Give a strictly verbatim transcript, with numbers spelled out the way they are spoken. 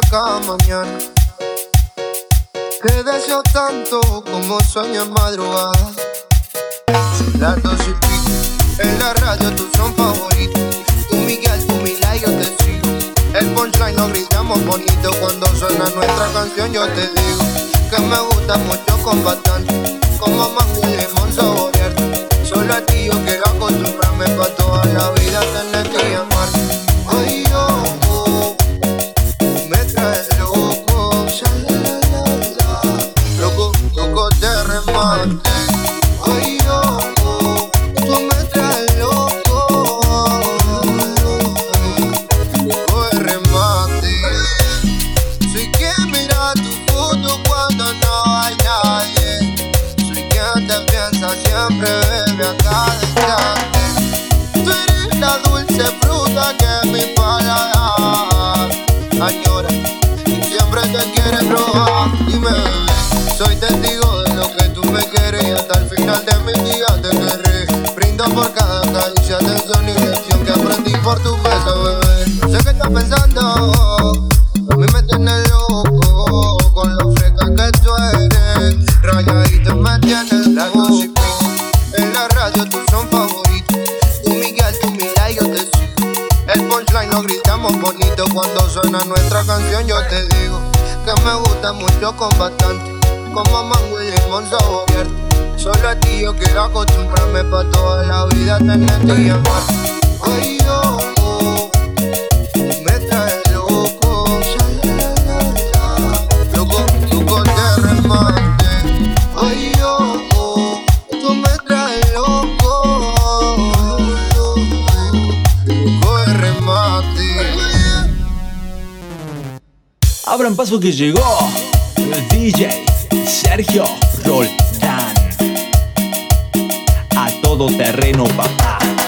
cada mañana. Que deseo tanto como sueño en madrugada. Las dos y pico, en la radio tú son favoritos. Tú Miguel, tú Mila y yo te sigo. El punchline lo gritamos bonito. Cuando suena nuestra canción yo te digo que me gusta mucho con bastante. Como mango y limón saborearte. Solo a ti yo quiero acostumbrarme pa' toda la vida tener que llamar. Ay, oh, oh, me traes loco. Loco, loco de remate. Ay, oh, oh, tú me traes loco. Loco de remate. Soy quien mira tu foto cuando no hay nadie. Soy quien te piensa siempre, bebe a cada instante. Tú eres la dulce fruta que mi paladar añora y siempre te quiere probar. Dime, bebé, soy testigo de lo que tú me quieres y hasta el final de mis días te querré. Brindo por cada caricia, atención y lección que aprendí por tu beso, bebé. Sé que estás pensando, a mí me tienes loco con lo fresca que tú eres. Rayadito me tienes loco. En la radio tú son favoritos. Tú Miguel, tú Mila y yo te sigo. El punchline lo gritamos bonito. Cuando suena nuestra canción yo te digo que me gusta mucho con bastante. Como mango y limón saborearte. Solo a ti yo quiero acostumbrarme pa' toda la vida tener que llamar. Ay, oh, oh, me traes loco. Loco, loco de remate. Ay, oh, oh, tú me traes loco. Loco de remate. Abran paso que llegó el D J Sergio Roldán. A todo terreno, papá.